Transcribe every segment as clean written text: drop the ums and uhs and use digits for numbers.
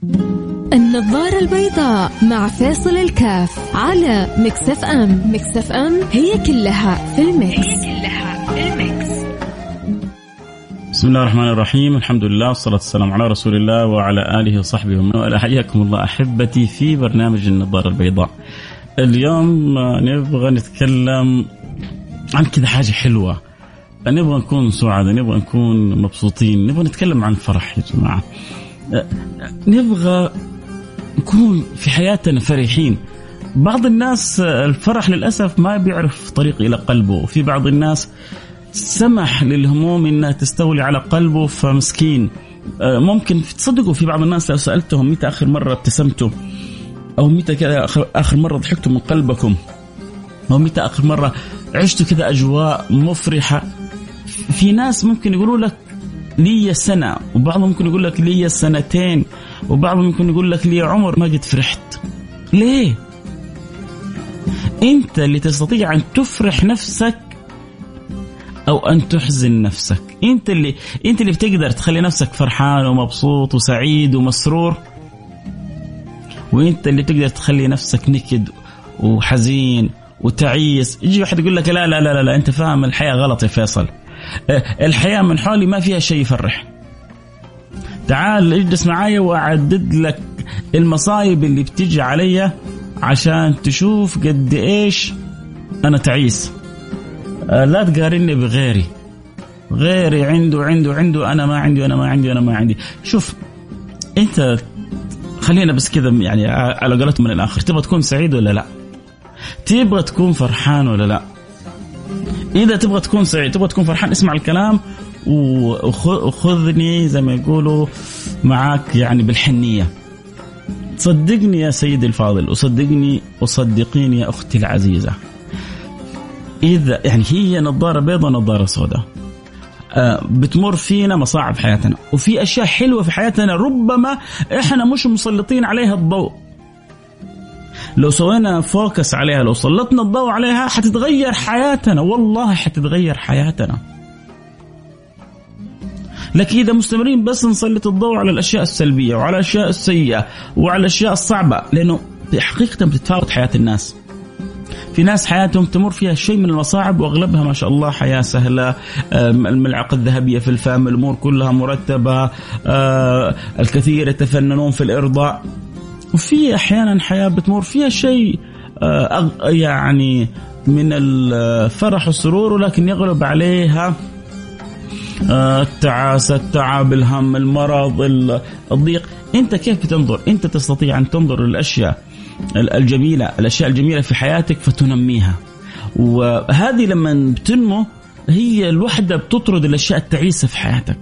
النظارة البيضاء مع فاصل الكاف على ميكس اف ام. ميكس اف ام هي كلها في الميكس. بسم الله الرحمن الرحيم، الحمد لله والصلاة والسلام على رسول الله وعلى آله وصحبه ومن. حياكم الله أحبتي في برنامج النظارة البيضاء. اليوم نبغى نتكلم عن كذا حاجة حلوة، نبغى نكون سعداء، نبغى نكون مبسوطين، نبغى نتكلم عن الفرح يا جماعة، نبغى نكون في حياتنا فرحين. بعض الناس الفرح للأسف ما بيعرف طريق إلى قلبه، وفي بعض الناس سمح للهموم إنها تستولي على قلبه فمسكين. ممكن تصدقوا في بعض الناس لو سألتهم متى آخر مرة ابتسمتوا، أو متى كذا آخر مرة ضحكتوا من قلبكم، أو متى آخر مرة عشتوا كذا أجواء مفرحة، في ناس ممكن يقولوا لك لي سنة، وبعضهم ممكن يقول لك لي سنتين، وبعضهم ممكن يقول لك لي عمر ما قد فرحت. ليه؟ أنت اللي تستطيع أن تفرح نفسك أو أن تحزن نفسك. أنت اللي بتقدر تخلي نفسك فرحان ومبسوط وسعيد ومسرور، وأنت اللي تقدر تخلي نفسك نكد وحزين وتعيس. يجي واحد يقول لك لا لا لا لا، أنت فاهم الحياة غلط يا فيصل، الحياة من حولي ما فيها شيء يفرح. تعال اجلس معايا وأعدد لك المصايب اللي بتيجي عليا عشان تشوف قد إيش أنا تعيس. لا تقارني بغيري، غيري عنده أنا ما عندي، أنا ما عندي. شوف أنت، خلينا بس كذا يعني على قولتهم من الآخر، تبغى تكون سعيد ولا لا؟ تبغى تكون فرحان ولا لا؟ إذا تبغى تكون سعيد، تبغى تكون فرحان، اسمع الكلام وخذني زي ما يقولوا معاك يعني بالحنية. صدقني يا سيدي الفاضل، وصدقيني يا أختي العزيزة، إذا يعني هي نظارة بيضة نظارة سوداء، بتمر فينا مصاعب حياتنا، وفي أشياء حلوة في حياتنا ربما إحنا مش مسلطين عليها الضوء. لو سوينا فوكس عليها، لو سلطنا الضوء عليها، حتتغير حياتنا، والله حتتغير حياتنا. لكن إذا مستمرين بس نسلط الضوء على الأشياء السلبية وعلى الأشياء السيئة وعلى الأشياء الصعبة، لأنه حقيقة بتتفاوت حياة الناس. في ناس حياتهم تمر فيها شيء من المصاعب، وأغلبها ما شاء الله حياة سهلة، الملعقة الذهبية في الفم، الأمور كلها مرتبة، الكثير يتفننون في الإرضاء. وفي أحيانا حياة بتمر فيها شيء يعني من الفرح والسرور، ولكن يغلب عليها التعاسة، التعب، الهم، المرض، الضيق. أنت كيف بتنظر؟ أنت تستطيع أن تنظر للأشياء الجميلة، الأشياء الجميلة في حياتك فتنميها، وهذه لما بتنمو هي الوحدة بتطرد الأشياء التعيسة في حياتك.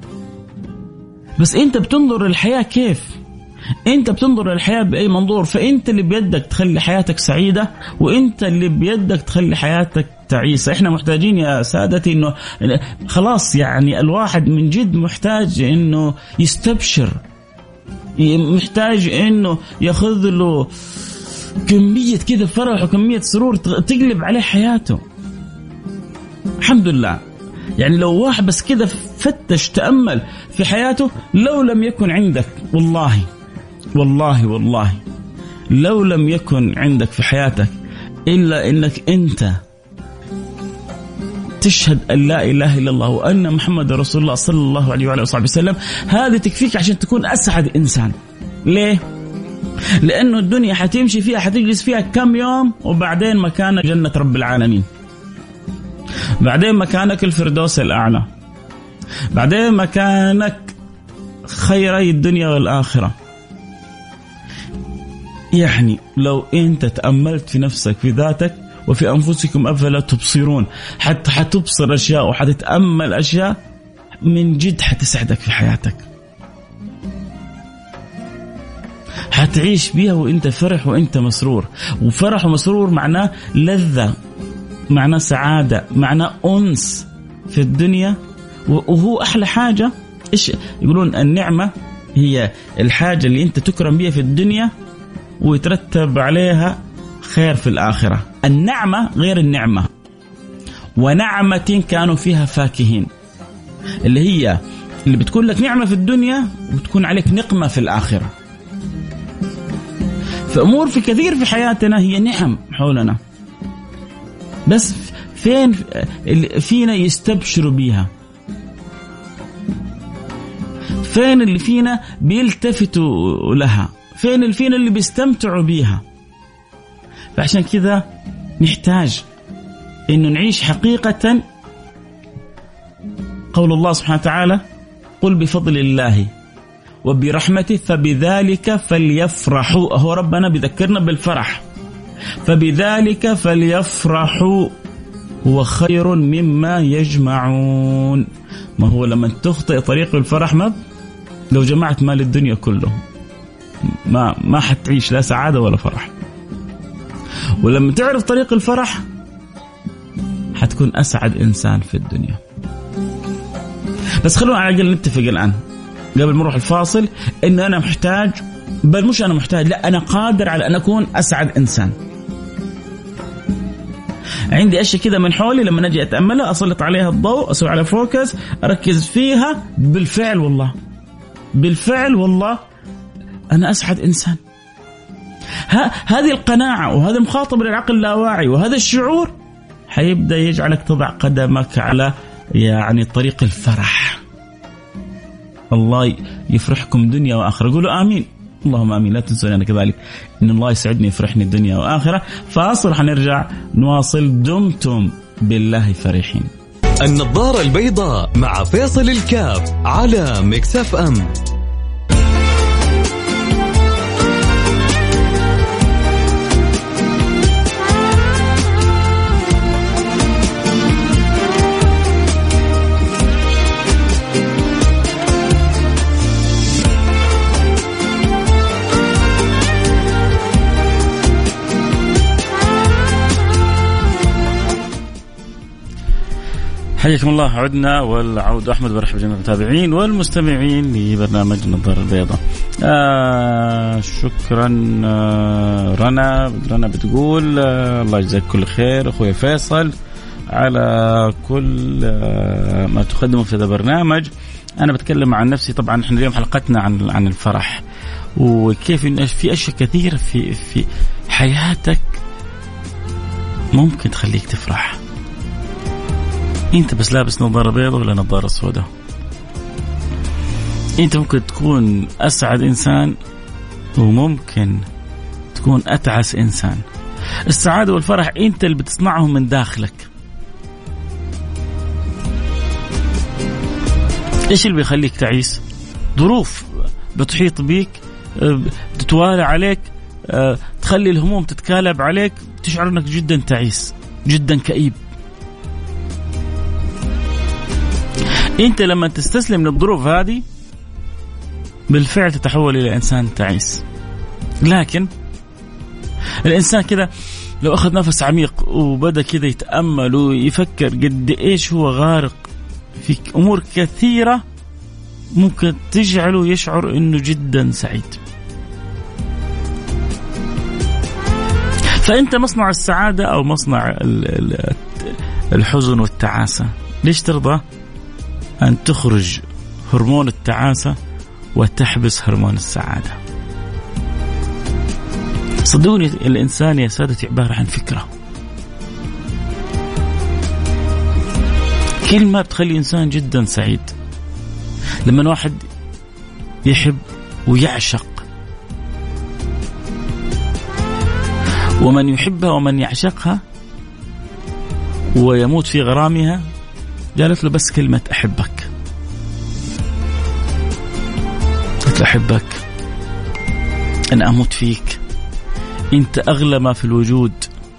بس أنت بتنظر للحياة كيف؟ أنت بتنظر للحياة بأي منظور؟ فأنت اللي بيدك تخلي حياتك سعيدة، وأنت اللي بيدك تخلي حياتك تعيسة. إحنا محتاجين يا سادتي إنه خلاص يعني الواحد من جد محتاج إنه يستبشر، محتاج إنه يأخذ له كمية كذا فرح وكمية سرور تقلب عليه حياته. الحمد لله، يعني لو واحد بس كذا فتش تأمل في حياته، لو لم يكن عندك، والله لو لم يكن عندك في حياتك إلا إنك أنت تشهد أن لا إله إلا الله وأن محمد رسول الله صلى الله عليه وعلى وصحبه وسلم، هذه تكفيك عشان تكون أسعد إنسان. ليه؟ لأنه الدنيا حتمشي فيها، حتجلس فيها كم يوم، وبعدين مكانك جنة رب العالمين، بعدين مكانك الفردوس الأعلى، بعدين مكانك خيري الدنيا والآخرة. يعني لو أنت تأملت في نفسك، في ذاتك، وفي أنفسكم أفلا تبصرون، حتى حتبصر أشياء وحتتأمل أشياء من جد حتسعدك في حياتك، حتعيش بيها وإنت فرح وإنت مسرور. وفرح ومسرور معناه لذة، معناه سعادة، معناه أنس في الدنيا. وهو أحلى حاجة. إيش يقولون؟ النعمة هي الحاجة اللي أنت تكرم بيها في الدنيا ويترتب عليها خير في الآخرة. النعمة غير النعمة. ونعمة كانوا فيها فاكهين، اللي هي اللي بتكون لك نعمة في الدنيا وبتكون عليك نقمة في الآخرة. فأمور في كثير في حياتنا هي نعم حولنا، بس فين فينا يستبشروا بيها؟ فين اللي فينا بيلتفتوا لها؟ فين اللي فينا اللي بيستمتعوا بيها؟ فعشان كذا نحتاج إنه نعيش حقيقة قول الله سبحانه وتعالى: قل بفضل الله وبرحمته فبذلك فليفرحوا. هو ربنا بيذكرنا بالفرح، فبذلك فليفرحوا هو خير مما يجمعون. ما هو لما تخطئ طريق الفرح، ما لو جمعت مال الدنيا كله ما حتعيش لا سعادة ولا فرح. ولما تعرف طريق الفرح حتكون أسعد إنسان في الدنيا. بس خلونا على الأقل نتفق الآن قبل ما نروح الفاصل إن أنا محتاج، بل مش أنا محتاج، لا أنا قادر على أن أكون أسعد إنسان. عندي أشياء كذا من حولي لما نجي أتأملها أسلط عليها الضوء، أسوي على فوكس، أركز فيها، بالفعل والله أنا أسعد إنسان. هذه القناعة وهذا المخاطبة للعقل اللاواعي وهذا الشعور حيبدأ يجعلك تضع قدمك على يعني طريق الفرح. الله يفرحكم دنيا وآخرة. قولوا آمين، اللهم آمين. لا تنسوني أنا كذلك إن الله يسعدني يفرحني الدنيا وآخرة. فاصل حنرجع نواصل. دمتم بالله فرحين. النظارة البيضاء مع فيصل الكاف على ميكس اف ام. حياكم الله. عدنا والعود أحمد. برحب بجميع المتابعين والمستمعين لبرنامج النظارة البيضاء. شكرا. رنا بتقول الله يجزاك كل خير أخوي فيصل على كل ما تقدمه في هذا البرنامج. أنا بتكلم عن نفسي طبعا. احنا اليوم حلقتنا عن الفرح، وكيف إن في أشياء كثيرة في حياتك ممكن تخليك تفرح. انت بس لابس نظارة بيضاء ولا نظارة سوداء. انت ممكن تكون اسعد انسان وممكن تكون اتعس انسان. السعادة والفرح انت اللي بتصنعهم من داخلك. ايش اللي بيخليك تعيس؟ ظروف بتحيط بيك، بتتوالى عليك، تخلي الهموم تتكالب عليك، تشعر انك جدا تعيس، جدا كئيب. انت لما تستسلم للظروف هذه بالفعل تتحول الى انسان تعيس. لكن الانسان كذا لو اخذ نفس عميق وبدا كذا يتامل ويفكر قد ايش هو غارق في امور كثيره ممكن تجعله يشعر انه جدا سعيد. فانت مصنع السعاده او مصنع الحزن والتعاسه. ليش ترضى أن تخرج هرمون التعاسة وتحبس هرمون السعادة؟ صدقوني الإنسان يا سادتي عبارة عن فكرة. كلمة بتخلي إنسان جدا سعيد. لما واحد يحب ويعشق، ومن يحبها ومن يعشقها ويموت في غرامها، قالت له بس كلمة أحبك. قلت له أحبك، أنا أموت فيك، أنت أغلى ما في الوجود.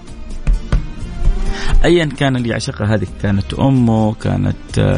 أيا كان اللي يعشقها، هذه كانت أمه، كانت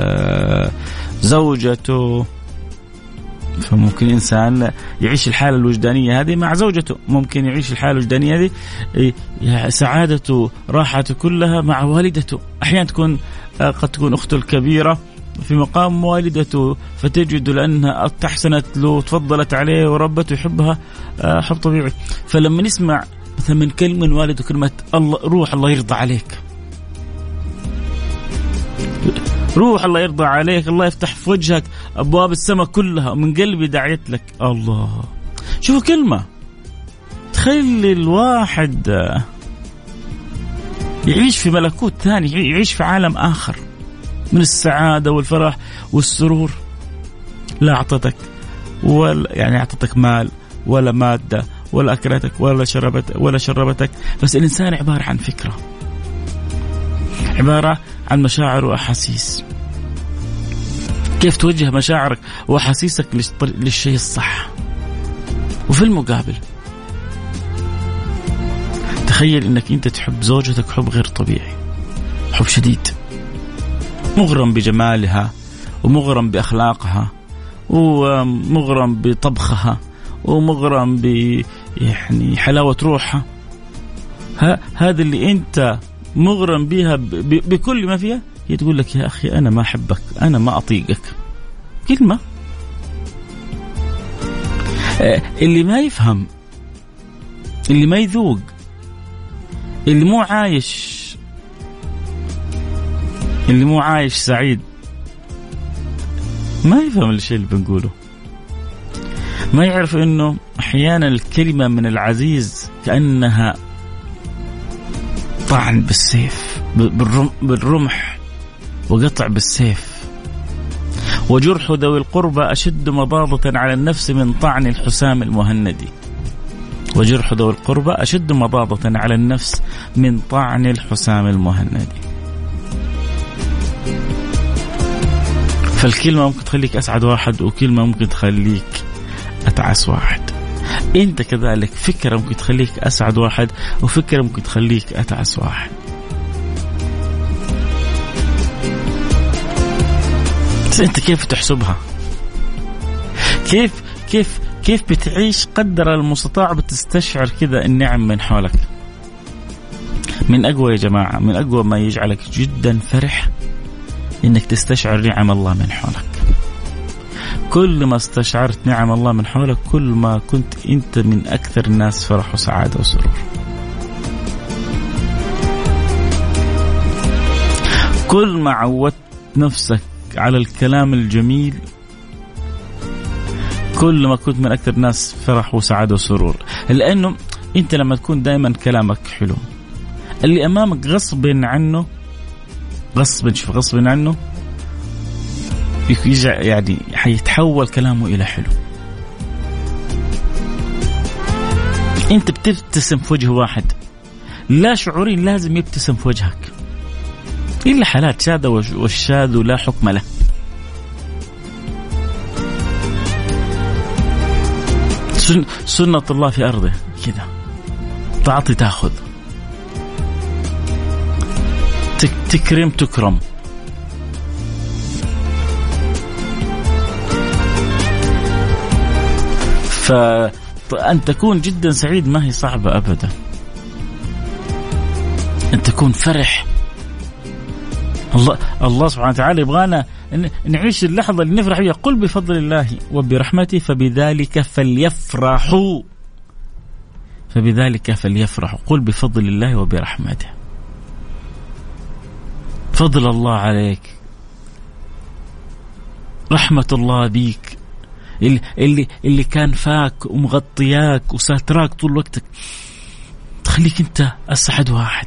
زوجته. فممكن إنسان يعيش الحالة الوجدانية هذه مع زوجته، ممكن يعيش الحالة الوجدانية هذه سعادته راحته كلها مع والدته. أحيانا تكون قد تكون أخته الكبيرة في مقام والدته، فتجد لأنها تحسنت له تفضلت عليه وربته يحبها حب طبيعي. فلما نسمع مثلا من كلمة من والده كلمة الله روح الله يرضى عليك، روح الله يرضى عليك، الله يفتح في وجهك أبواب السماء كلها، من قلبي دعيت لك الله. شوفوا كلمة تخلي الواحد يعيش في ملكوت ثاني، يعيش في عالم آخر من السعادة والفرح والسرور. لا أعطتك ولا يعني أعطتك مال ولا مادة ولا أكلتك ولا شربتك، بس الإنسان عبارة عن فكرة، عبارة عن مشاعر وأحاسيس. كيف توجه مشاعرك وأحاسيسك للشيء الصح. وفي المقابل تخيل إنك أنت تحب زوجتك حب غير طبيعي، حب شديد، مغرم بجمالها ومغرم بأخلاقها ومغرم بطبخها ومغرم يعني حلاوة روحها. هذا اللي أنت مغرم بها بكل ما فيها، هي تقول لك يا أخي أنا ما أحبك، أنا ما أطيقك. كلمة. اللي ما يفهم، اللي ما يذوق، اللي مو عايش سعيد، ما يفهم الشيء اللي بنقوله. ما يعرف إنه أحيانا الكلمة من العزيز كأنها طعن بالسيف، بالرمح، وقطع بالسيف. وجرح ذوي القربى أشد مضاضة على النفس من طعن الحسام المهندي. وجرح ذوي القربى أشد مضاضة على النفس من طعن الحسام المهندي. فالكلمة ممكن تخليك أسعد واحد، وكلمة ممكن تخليك أتعس واحد. أنت كذلك فكرة ممكن تخليك أسعد واحد، وفكرة ممكن تخليك أتعس واحد. بس أنت كيف تحسبها؟ كيف بتعيش قدر المستطاع، بتستشعر كذا النعم من حولك. من أقوى يا جماعة، من أقوى ما يجعلك جدا فرح إنك تستشعر نعم الله من حولك. كل ما استشعرت نعم الله من حولك، كل ما كنت أنت من أكثر الناس فرح وسعادة وسرور. كل ما عودت نفسك على الكلام الجميل، كل ما كنت من أكثر الناس فرح وسعادة وسرور. لأنه أنت لما تكون دائما كلامك حلو، اللي أمامك غصب عنه يعني حيتحول كلامه إلى حلو. أنت بتبتسم في وجه واحد، لا شعوري لازم يبتسم في وجهك، إلا حالات شاذة، والشاذ لا حكم له. سنة الله في أرضه كذا، تعطي تأخذ، تكرم تكرم. فأن تكون جدا سعيد ما هي صعبة أبدا. أن تكون فرح. الله سبحانه وتعالى يبغانا نعيش اللحظة اللي نفرح فيها. قل بفضل الله وبرحمته فبذلك فليفرحوا. قل بفضل الله وبرحمته. فضل الله عليك، رحمة الله بيك، اللي كان فاك ومغطياك وساتراك طول وقتك، تخليك انت أسعد واحد،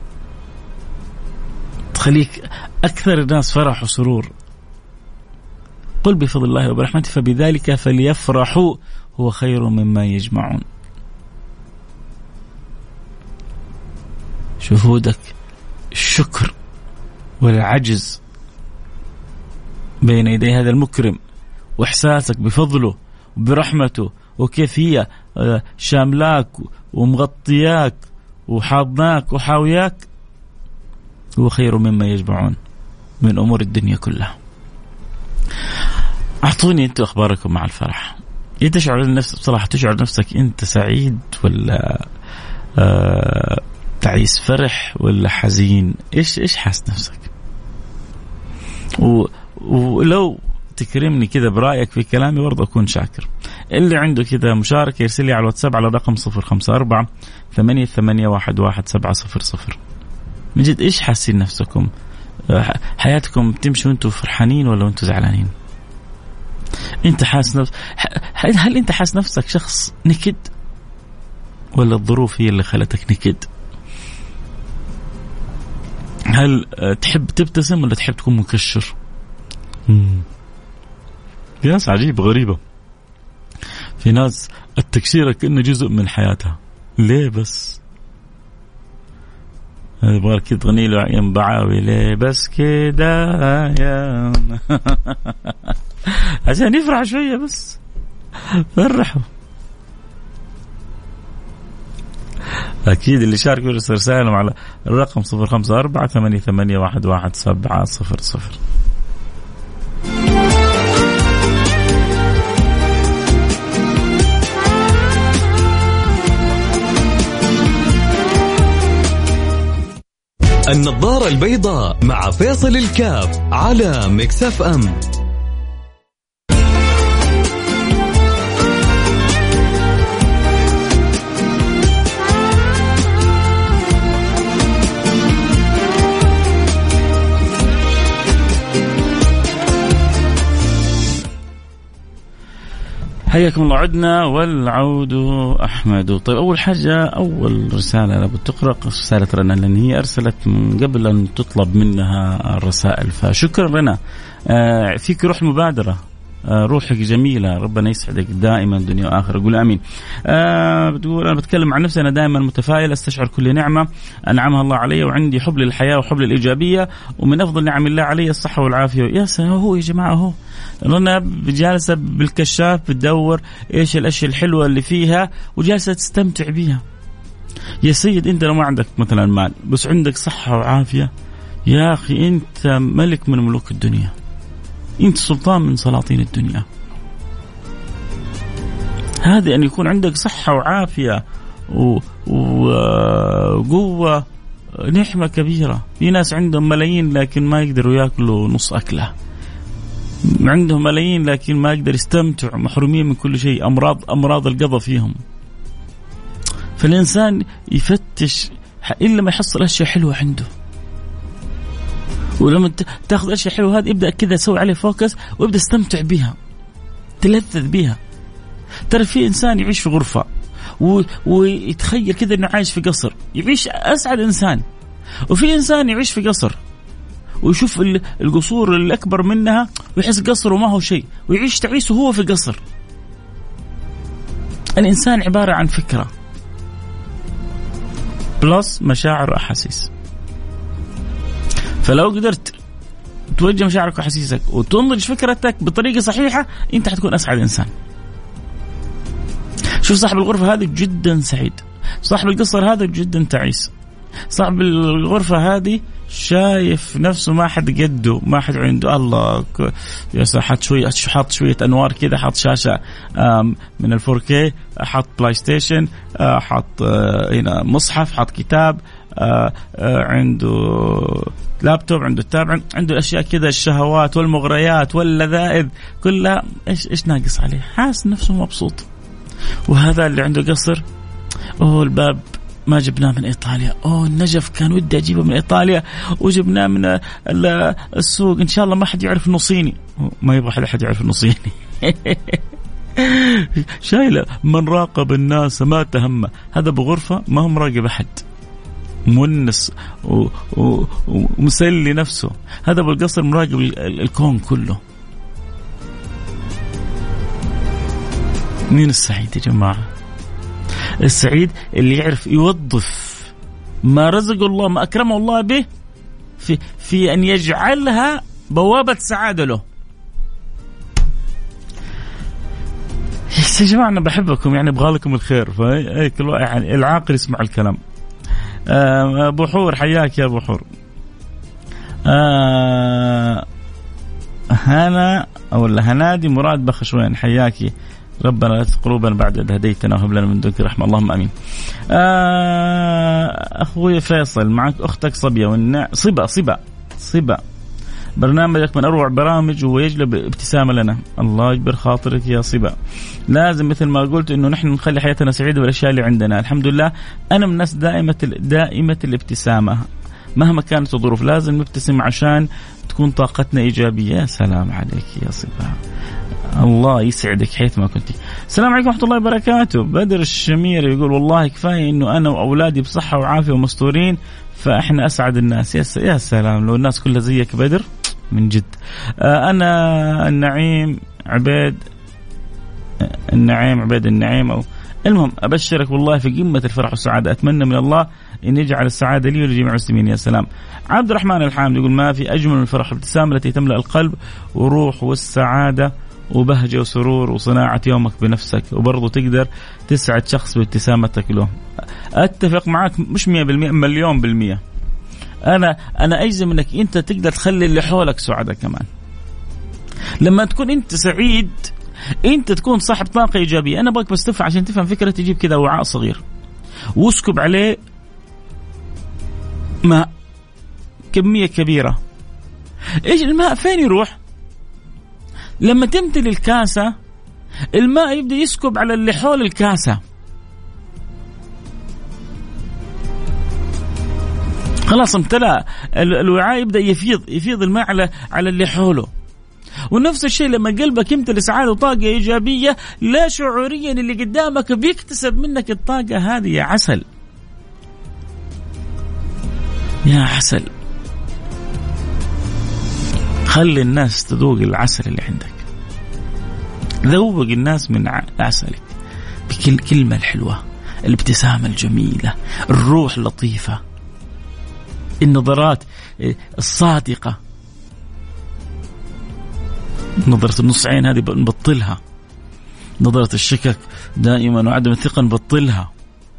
تخليك أكثر الناس فرح وسرور. قل بفضل الله وبرحمته فبذلك فليفرحوا هو خير مما يجمعون. شهودك الشكر والعجز بين يدي هذا المكرم، وإحساسك بفضله وبرحمته، وكيف هي شاملاك ومغطياك وحاضناك وحاوياك، هو خير مما يجمعون من أمور الدنيا كلها. أعطوني أنتوا أخباركم مع الفرح. تشعر النفس بصراحة، تشعر نفسك أنت سعيد ولا تعيس فرح ولا حزين؟ إيش حاس نفسك؟ ولو تكرمني كذا برأيك في كلامي برضه أكون شاكر. اللي عنده كذا مشاركة يرسل لي على الواتساب على رقم 0548811700. من جد إيش حاسين نفسكم؟ حياتكم تمشي وانتوا فرحانين ولا وانتوا زعلانين؟ انت حاس هل انت حاس نفسك شخص نكد ولا الظروف هي اللي خلتك نكد؟ هل تحب تبتسم ولا تحب تكون مكشر؟ في ناس عجيبة غريبة، في ناس التكشيرة كأنه جزء من حياتها. ليه بس؟ يبغى كده تغني له عين بعاوي ليه بس كده يا عشان يفرح شوية بس، فرحوا. أكيد اللي شارك يرسل رسالة على الرقم 0548811700. النظارة البيضاء مع فيصل الكاف على ميكس اف ام. حياكم الله، عدنا والعود أحمد. طيب أول حاجة، أول رسالة بتقرأ رسالة رنا، لأن هي أرسلت من قبل أن تطلب منها الرسائل، فشكرا رنا. فيك روح مبادرة، روحك جميلة، ربنا يسعدك دائما دنيا وآخرة، قول آمين. بتقول أنا بتكلم عن نفسي، أنا دائما متفائل، أستشعر كل نعمة أنعمها الله علي، وعندي حب للحياة وحب للإيجابية، ومن أفضل نعم الله علي الصحة والعافية. يا سلام، هو يا جماعة هو رنا جالسة بالكشاف بتدور إيش الأشياء الحلوة اللي فيها وجالسة تستمتع بيها. يا سيد أنت لو ما عندك مثلا مال بس عندك صحة وعافية، يا أخي أنت ملك من ملوك الدنيا، أنت سلطان من سلاطين الدنيا. هذا أن يكون عندك صحة وعافية وقوة نعمة كبيرة. في ناس عندهم ملايين لكن ما يقدروا يأكلوا نص أكله، عندهم ملايين لكن ما يقدر يستمتع، محرومين من كل شيء، أمراض القضاء فيهم. فالإنسان يفتش إلا ما يحصل أشياء حلوة عنده، ولما تاخذ أشياء حلوة هذه ابدأ كذا سوي عليه فوكس وابدأ استمتع بها، تلذذ بها. ترى في إنسان يعيش في غرفة ويتخيل كذا إنه عايش في قصر، يعيش أسعد إنسان. وفي إنسان يعيش في قصر ويشوف القصور الأكبر منها ويحس قصره ما هو شيء ويعيش تعيسه هو في قصر. الإنسان عبارة عن فكرة بلس مشاعر وأحاسيس. فلو قدرت توجه مشاعرك وأحاسيسك وتنضج فكرتك بطريقة صحيحة، أنت حتكون أسعد إنسان. شوف صاحب الغرفة هذه جدا سعيد، صاحب القصر هذا جدا تعيس، صاحب الغرفة هذه شايف نفسه ما حد قده، ما حد عنده. الله يا حط شوية أنوار كده، حط شاشة من الفوركي، حط بلاي ستيشن، حط هنا مصحف، حط كتاب، عنده لابتوب، عنده تاب، عنده الأشياء كده، الشهوات والمغريات واللذائذ كلها. إيش ناقص عليه؟ حاس نفسه مبسوط. وهذا اللي عنده قصر، الباب ما جبناه من إيطاليا، النجف كان ودي أجيبه من إيطاليا وجبناه من السوق، إن شاء الله ما حد يعرف إنه صيني. ما يبغى حد يعرف إنه صيني. شايلة من راقب الناس ما تهمه، هذا بغرفة ما هو مراقب أحد، منس ومسلي نفسه. هذا بالقصر مراقب الكون كله. مين السعيد يا جماعة؟ السعيد اللي يعرف يوظف ما رزق الله، ما أكرمه الله به في أن يجعلها بوابة سعادة له. يا جماعة أنا بحبكم، يعني أبغى لكم الخير، فهيك يعني العاقل يسمع الكلام. أبو حور حياك يا أبو حور. هنا ولا هنادي مراد بخشوين حياكي، ربنا لا تزغ قلوبنا بعد إذ هديتنا وهب لنا من لدنك رحمة، اللهم آمين. أخوي فيصل، معك أختك صبية صبا برنامجك من أروع برامج ويجلب ابتسامة لنا. الله يجبر خاطرك يا صبا. لازم مثل ما قلت إنه نحن نخلي حياتنا سعيدة بالأشياء اللي عندنا. الحمد لله أنا من الناس دائمة الابتسامة مهما كانت الظروف، لازم نبتسم عشان تكون طاقتنا إيجابية. يا سلام عليك يا صبا. الله يسعدك حيث ما كنتي. السلام عليكم ورحمة الله وبركاته. بدر الشمير يقول والله كفاية إنه أنا وأولادي بصحة وعافية ومستورين فإحنا أسعد الناس. يا سلام لو الناس كلها زيك بدر من جد. أنا النعيم عبيد النعيم أو المهم أبشرك والله في قمة الفرح والسعادة. أتمنى من الله إن يجعل السعادة لي ولجميع المسلمين. يا سلام. عبد الرحمن الحامد يقول ما في أجمل من الفرح والابتسامة التي تملأ القلب وروح والسعادة وبهجة وسرور وصناعة يومك بنفسك وبرضو تقدر تسعد شخص بابتسامتك له. أتفق معك مش 100% مليون بالمية. أنا أجزم أنك أنت تقدر تخلي اللي حولك سعادة كمان. لما تكون أنت سعيد أنت تكون صاحب طاقة إيجابية. أنا أبغاك بس تفهم عشان تفهم فكرة. تجيب كذا وعاء صغير واسكب عليه ماء كمية كبيرة. إيش الماء فين يروح؟ لما تمتلي الكاسة الماء يبدأ يسكب على اللي حول الكاسة. خلاص امتلأ الوعاء يبدأ يفيض الماء على اللي حوله. ونفس الشيء لما قلبك يمتلي سعادة وطاقة إيجابية لا شعوريا اللي قدامك بيكتسب منك الطاقة هذه. يا عسل يا عسل. خلي الناس تذوق العسل اللي عندك. ذوق الناس من عسلك بكلمة الحلوة، الابتسامة الجميلة، الروح اللطيفة، النظرات الصادقة. نظرة النص عين هذه نبطلها. نظرة الشكك دائما وعدم الثقة نبطلها.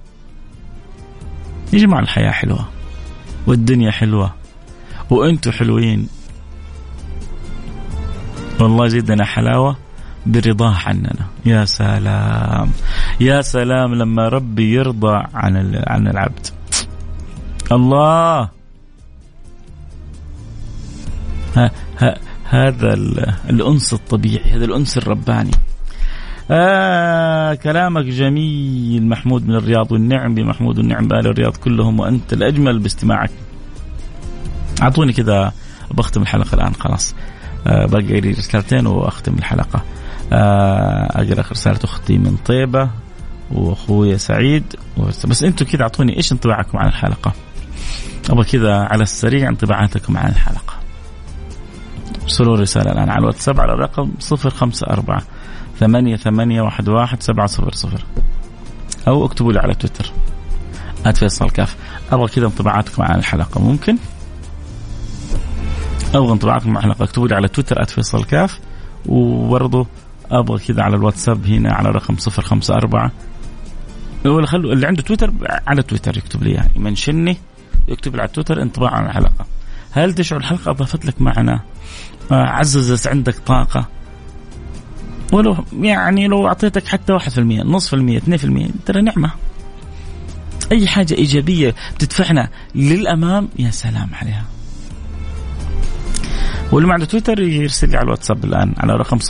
يا جماعة الحياة حلوة والدنيا حلوة وأنتوا حلوين. والله زيدنا حلاوة برضاه عننا. يا سلام يا سلام لما ربي يرضى عن العبد. الله هذا الأنس الطبيعي، هذا الأنس الرباني. كلامك جميل محمود من الرياض. والنعم بمحمود والنعم بآل الرياض كلهم وأنت الأجمل باستماعك. أعطوني كذا بختم الحلقة الآن خلاص. باقي لي رسالتين وأختم الحلقة. أقرأ رسالة أختي من طيبة وأخوي سعيد بس أنتوا كذا أعطوني إيش انطباعكم عن الحلقة. أبغى كذا على السريع انطباعاتكم عن الحلقة. ارسلوا رسالة الآن على الواتساب على الرقم 0548811700 أو اكتبوا لي على تويتر @فيصل_كاف. أبغى كذا انطباعاتكم عن الحلقة. ممكن أبغى انطباعاتكم عن الحلقة اكتبوا لي على تويتر @فيصل_كاف. وبرضه أبغى كذا على الواتساب هنا على رقم 054 خلوا اللي عنده تويتر على تويتر يكتب لي يعني منشني يكتب لي على تويتر انطباع عن الحلقة. هل تشعر الحلقة أضافت لك معنى؟ عززت عندك طاقة؟ ولو يعني لو أعطيتك حتى 1%، نصف المية، 2%، ترى نعمة. أي حاجة إيجابية بتدفعنا للأمام يا سلام عليها. واللي ما عنده تويتر يرسل لي على الواتساب الآن على رقم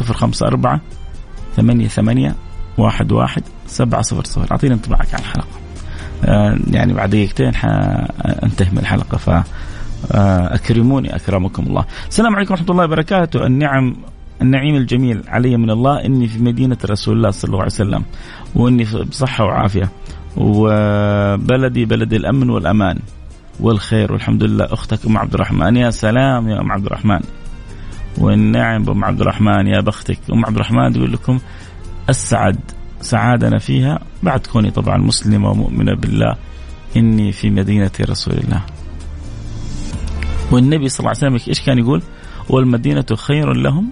054-88-11-700. أعطيني انطباعك عن الحلقة. يعني بعد دقيقتين حانتهي من الحلقة فأكرموني أكرمكم الله. السلام عليكم ورحمة الله وبركاته. النعيم الجميل علي من الله إني في مدينة رسول الله صلى الله عليه وسلم وإني بصحة وعافية وبلدي بلد الأمن والأمان والخير والحمد لله. أختك أم عبد الرحمن. يا سلام يا أم عبد الرحمن والنعم بأم عبد الرحمن. يا بختك أم عبد الرحمن. تقول لكم أسعد سعادنا فيها بعد كوني طبعا مسلمة ومؤمنة بالله إني في مدينة رسول الله. والنبي صلى الله عليه وسلم إيش كان يقول؟ والمدينة خير لهم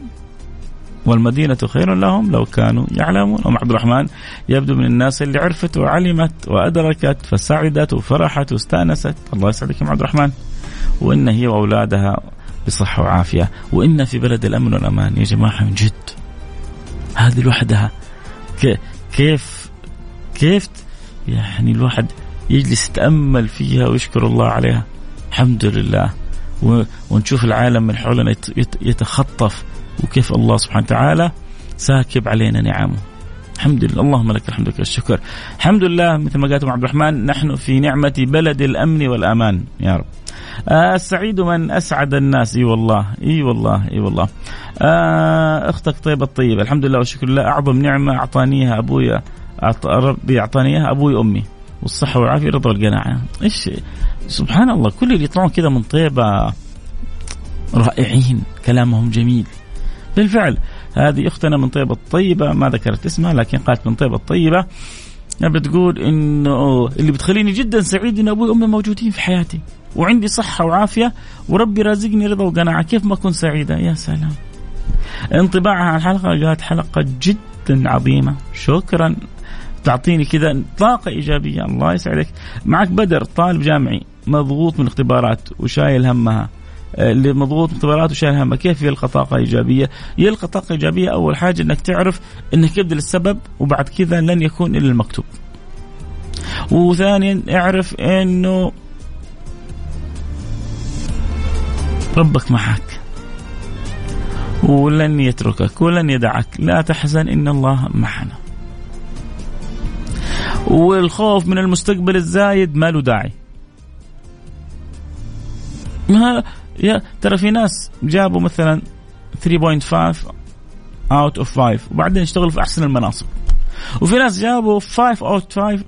لو كانوا يعلمون. أم عبد الرحمن يبدو من الناس اللي عرفت وعلمت وأدركت فسعدت وفرحت واستأنست. الله يسعدك يا عبد الرحمن. وإن هي وأولادها بصحة وعافية وإن في بلد الأمن والأمان. يا جماعة من جد هذه لوحدها كيف يعني الواحد يجلس يتأمل فيها ويشكر الله عليها. الحمد لله. ونشوف العالم من حولنا يتخطف وكيف الله سبحانه وتعالى ساكب علينا نعمه. الحمد لله. اللهم لك الحمد لك الشكر. الحمد لله. مثل ما قالت عبد الرحمن نحن في نعمة بلد الأمن والأمان يا رب. السعيد من أسعد الناس. اي والله اي والله اي والله. اختك طيبة الطيبة، الحمد لله والشكر لله، اعظم نعمة اعطانيها ابويا، ربي اعطاني اياها ابوي وامي، والصحة والعافية والرضا والقناعة. ايش سبحان الله، كل اللي يطلعون كذا من طيبة رائعين، كلامهم جميل. بالفعل هذه اختنا من طيبة الطيبة، ما ذكرت اسمها لكن قالت من طيبة الطيبة، بتقول انه اللي بتخليني جدا سعيد ان ابوي وامي موجودين في حياتي وعندي صحة وعافية وربي رازقني رضا وقناعة، كيف ما أكون سعيدة. يا سلام. انطباعها عن الحلقة قالت حلقة جدا عظيمة، شكرا، تعطيني كذا طاقة إيجابية. الله يسعدك. معك بدر طالب جامعي مضغوط من اختبارات وشايل همها، اللي مضغوط من اختبارات وشايل همها كيف يلقى طاقة إيجابية؟ يلقى طاقة إيجابية أول حاجة أنك تعرف أنك يبدأ السبب وبعد كذا لن يكون إلا المكتوب. وثانيا اعرف أنه ربك معك ولن يتركك ولن يدعك، لا تحزن إن الله معنا. والخوف من المستقبل الزايد ما له داعي. ترى في ناس جابوا مثلا 3.5 out of 5 وبعدين يشتغلوا في أحسن المناصب، وفي ناس جابوا 5 out of 5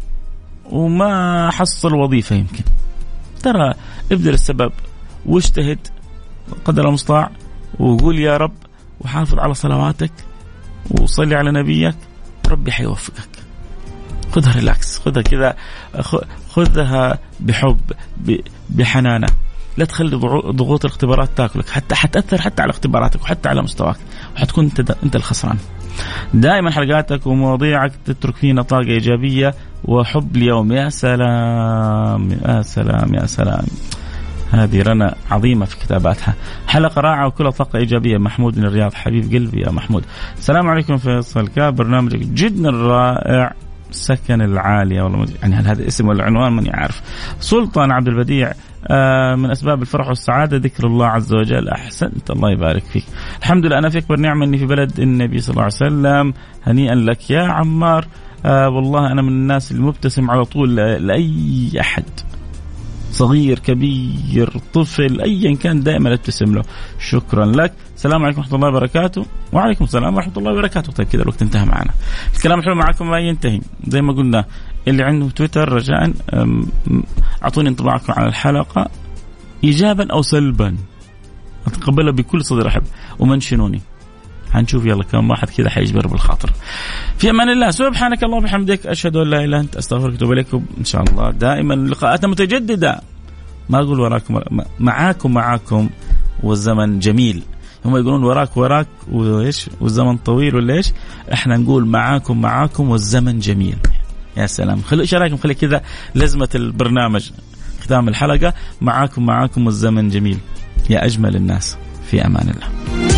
وما حصل وظيفة. يمكن ترى ابذل السبب واجتهد قدر المستطاع وقول يا رب وحافظ على صلواتك وصلي على نبيك، ربي حيوفقك. خذها ريلاكس، خذها كذا، خذها بحب بحنانة، لا تخلي ضغوط الاختبارات تاكلك، حتى حتأثر حتى على اختباراتك وحتى على مستواك، وحتكون انت الخسران. دائما حلقاتك ومواضيعك تترك فينا طاقة إيجابية وحب اليوم. يا سلام يا سلام يا سلام. هذه رنا عظيمة في كتاباتها. حلقة رائعة وكلها طاقة إيجابية. محمود من الرياض، حبيب قلبي يا محمود. السلام عليكم فيصل كاف، برنامجك جدا رائع. سكن العالية، والله يعني هل هذا اسم ولا عنوان ماني عارف. سلطان عبد البديع، من أسباب الفرح والسعادة ذكر الله عز وجل. أحسنت، الله يبارك فيك. الحمد لله أنا في أكبر نعمة أني في بلد النبي صلى الله عليه وسلم. هنيئا لك يا عمار. والله أنا من الناس المبتسم على طول لأي أحد، صغير كبير طفل أيا كان، دائما ابتسم له. شكرا لك. السلام عليكم ورحمة الله وبركاته. وعليكم السلام ورحمة الله وبركاته. طيب كذا الوقت انتهى معنا. الكلام الحلو معكم ما ينتهي، زي ما قلنا اللي عنده تويتر رجاء أعطوني انطباعكم على الحلقة إيجابا أو سلبا، أتقبلها بكل صدر رحب، ومنشنوني. هنشوف يلا كم واحد كذا حيجبر بالخاطر. في أمان الله. سبحانك الله وبحمدك، أشهد أن لا إله إلا أنت، أستغفرك وأتوب إليك. إن شاء الله دائما لقاءاتنا متجددة. ما أقول وراكم، معاكم والزمن جميل. هم يقولون وراك وإيش والزمن طويل ولا إيش، إحنا نقول معاكم والزمن جميل. يا سلام. إيش رأيكم؟ خلي كذا لازمة البرنامج ختام الحلقة، معاكم والزمن جميل. يا أجمل الناس، في أمان الله.